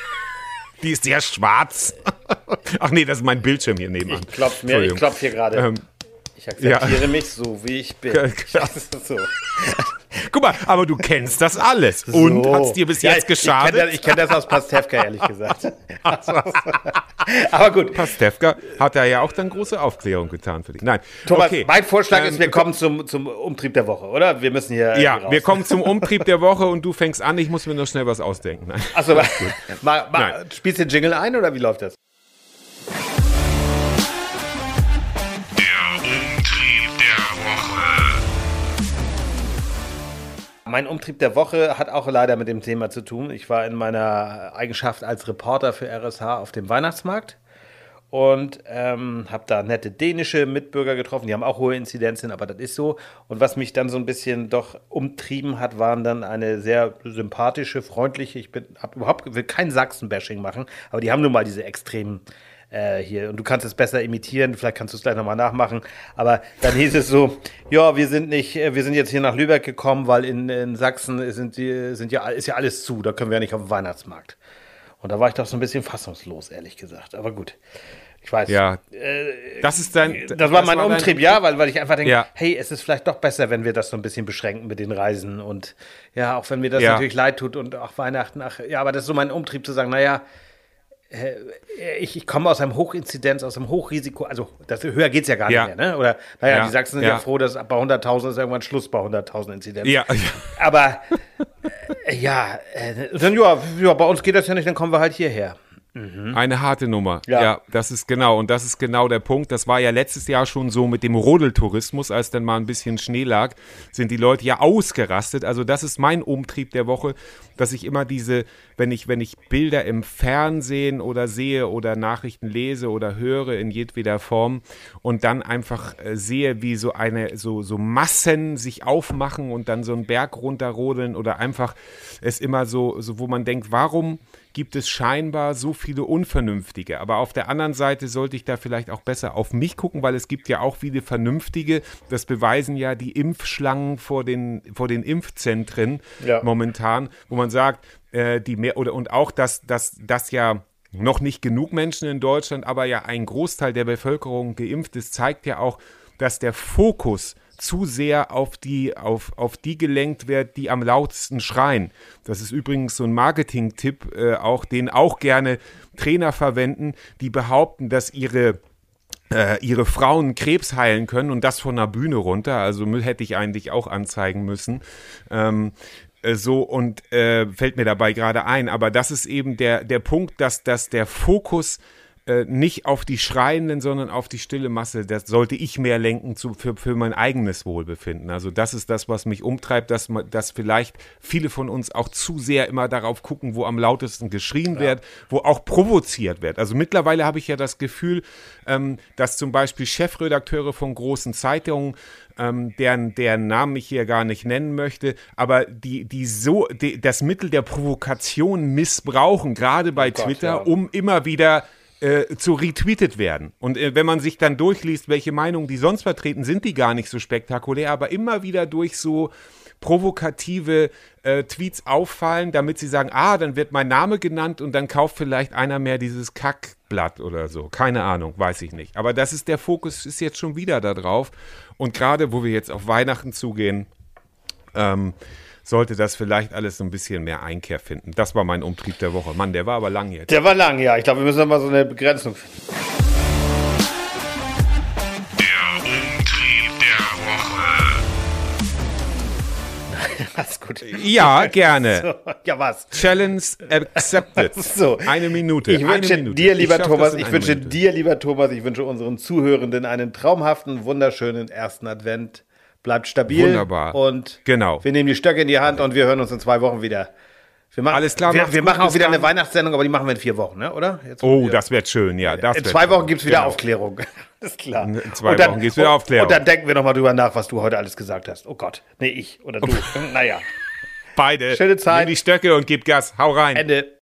Die ist sehr schwarz. Ach nee, das ist mein Bildschirm hier nebenan. Ich klopfe hier gerade. Ich akzeptiere mich so, wie ich bin. So. Guck mal, aber du kennst das alles. So. Und hat es dir bis jetzt geschadet? Ich kenn das aus Pastewka, ehrlich gesagt. Aber gut. Pastewka hat da ja auch dann große Aufklärung getan für dich. Nein, Thomas, mein Vorschlag ist, wir kommen zum Umtrieb der Woche, oder? Wir müssen hier raus. Wir kommen zum Umtrieb der Woche und du fängst an. Ich muss mir noch schnell was ausdenken. Achso, spielst du den Jingle ein, oder wie läuft das? Mein Umtrieb der Woche hat auch leider mit dem Thema zu tun. Ich war in meiner Eigenschaft als Reporter für RSH auf dem Weihnachtsmarkt und habe da nette dänische Mitbürger getroffen. Die haben auch hohe Inzidenzen, aber das ist so. Und was mich dann so ein bisschen doch umtrieben hat, waren dann eine sehr sympathische, freundliche, will kein Sachsen-Bashing machen, aber die haben nun mal diese extremen hier. Und du kannst es besser imitieren, vielleicht kannst du es gleich nochmal nachmachen. Aber dann hieß es so, ja, wir sind jetzt hier nach Lübeck gekommen, weil in Sachsen ist ja alles zu, da können wir ja nicht auf den Weihnachtsmarkt. Und da war ich doch so ein bisschen fassungslos, ehrlich gesagt. Aber gut, ich weiß. Ja, das war mein Umtrieb, weil ich einfach denke, hey, es ist vielleicht doch besser, wenn wir das so ein bisschen beschränken mit den Reisen. Und ja, auch wenn mir das natürlich leid tut und auch Weihnachten, aber das ist so mein Umtrieb zu sagen, naja, ich komme aus einem Hochinzidenz, aus einem Hochrisiko, also höher geht es ja gar nicht mehr, ne? Oder, die Sachsen sind ja froh, dass bei 100.000 ist irgendwann Schluss bei 100.000 Inzidenz. Ja. Aber, bei uns geht das ja nicht, dann kommen wir halt hierher. Eine harte Nummer. Ja, das ist genau der Punkt. Das war ja letztes Jahr schon so mit dem Rodeltourismus, als dann mal ein bisschen Schnee lag, sind die Leute ja ausgerastet. Also das ist mein Umtrieb der Woche, dass ich immer wenn ich Bilder im Fernsehen oder sehe oder Nachrichten lese oder höre in jedweder Form und dann einfach sehe, wie so Massen sich aufmachen und dann so einen Berg runterrodeln oder einfach es immer so wo man denkt, warum gibt es scheinbar so viele Unvernünftige. Aber auf der anderen Seite sollte ich da vielleicht auch besser auf mich gucken, weil es gibt ja auch viele Vernünftige. Das beweisen ja die Impfschlangen vor den Impfzentren momentan, wo man sagt, und auch, dass ja noch nicht genug Menschen in Deutschland, aber ja ein Großteil der Bevölkerung geimpft ist, zeigt ja auch, dass der Fokus zu sehr auf die gelenkt wird, die am lautesten schreien. Das ist übrigens so ein Marketing-Tipp, den auch gerne Trainer verwenden, die behaupten, dass ihre ihre Frauen Krebs heilen können und das von der Bühne runter. Also hätte ich eigentlich auch anzeigen müssen. Fällt mir dabei gerade ein. Aber das ist eben der Punkt, dass der Fokus nicht auf die Schreienden, sondern auf die stille Masse, das sollte ich mehr lenken für mein eigenes Wohlbefinden. Also das ist das, was mich umtreibt, dass vielleicht viele von uns auch zu sehr immer darauf gucken, wo am lautesten geschrien wird, wo auch provoziert wird. Also mittlerweile habe ich ja das Gefühl, dass zum Beispiel Chefredakteure von großen Zeitungen, deren Namen ich hier gar nicht nennen möchte, aber das Mittel der Provokation missbrauchen, gerade bei Twitter, um immer wieder zu retweetet werden. Und wenn man sich dann durchliest, welche Meinungen die sonst vertreten, sind die gar nicht so spektakulär, aber immer wieder durch so provokative Tweets auffallen, damit sie sagen, dann wird mein Name genannt und dann kauft vielleicht einer mehr dieses Kackblatt oder so. Keine Ahnung, weiß ich nicht. Aber der Fokus ist jetzt schon wieder da drauf. Und gerade, wo wir jetzt auf Weihnachten zugehen, sollte das vielleicht alles so ein bisschen mehr Einkehr finden. Das war mein Umtrieb der Woche. Mann, der war aber lang jetzt. Der war lang, ja. Ich glaube, wir müssen noch mal so eine Begrenzung finden. Der Umtrieb der Woche. Alles gut. Ja, gerne. So, ja, was? Challenge accepted. So. Eine Minute. Ich wünsche dir, lieber Thomas, ich wünsche unseren Zuhörenden einen traumhaften, wunderschönen ersten Advent. Bleibt stabil. Wunderbar. Und genau. Wir nehmen die Stöcke in die Hand und wir hören uns in 2 Wochen wieder. Alles klar. Wir machen auch wieder eine Weihnachtssendung, aber die machen wir in 4 Wochen, ne? Oder? Das wird schön, ja. In 2 Wochen gibt es wieder Aufklärung. Das ist klar. In 2 Wochen gibt es wieder Aufklärung. Und dann denken wir nochmal drüber nach, was du heute alles gesagt hast. Oh Gott. Nee, ich oder du. Naja. Beide. Schöne Zeit. Nimm die Stöcke und gib Gas. Hau rein. Ende.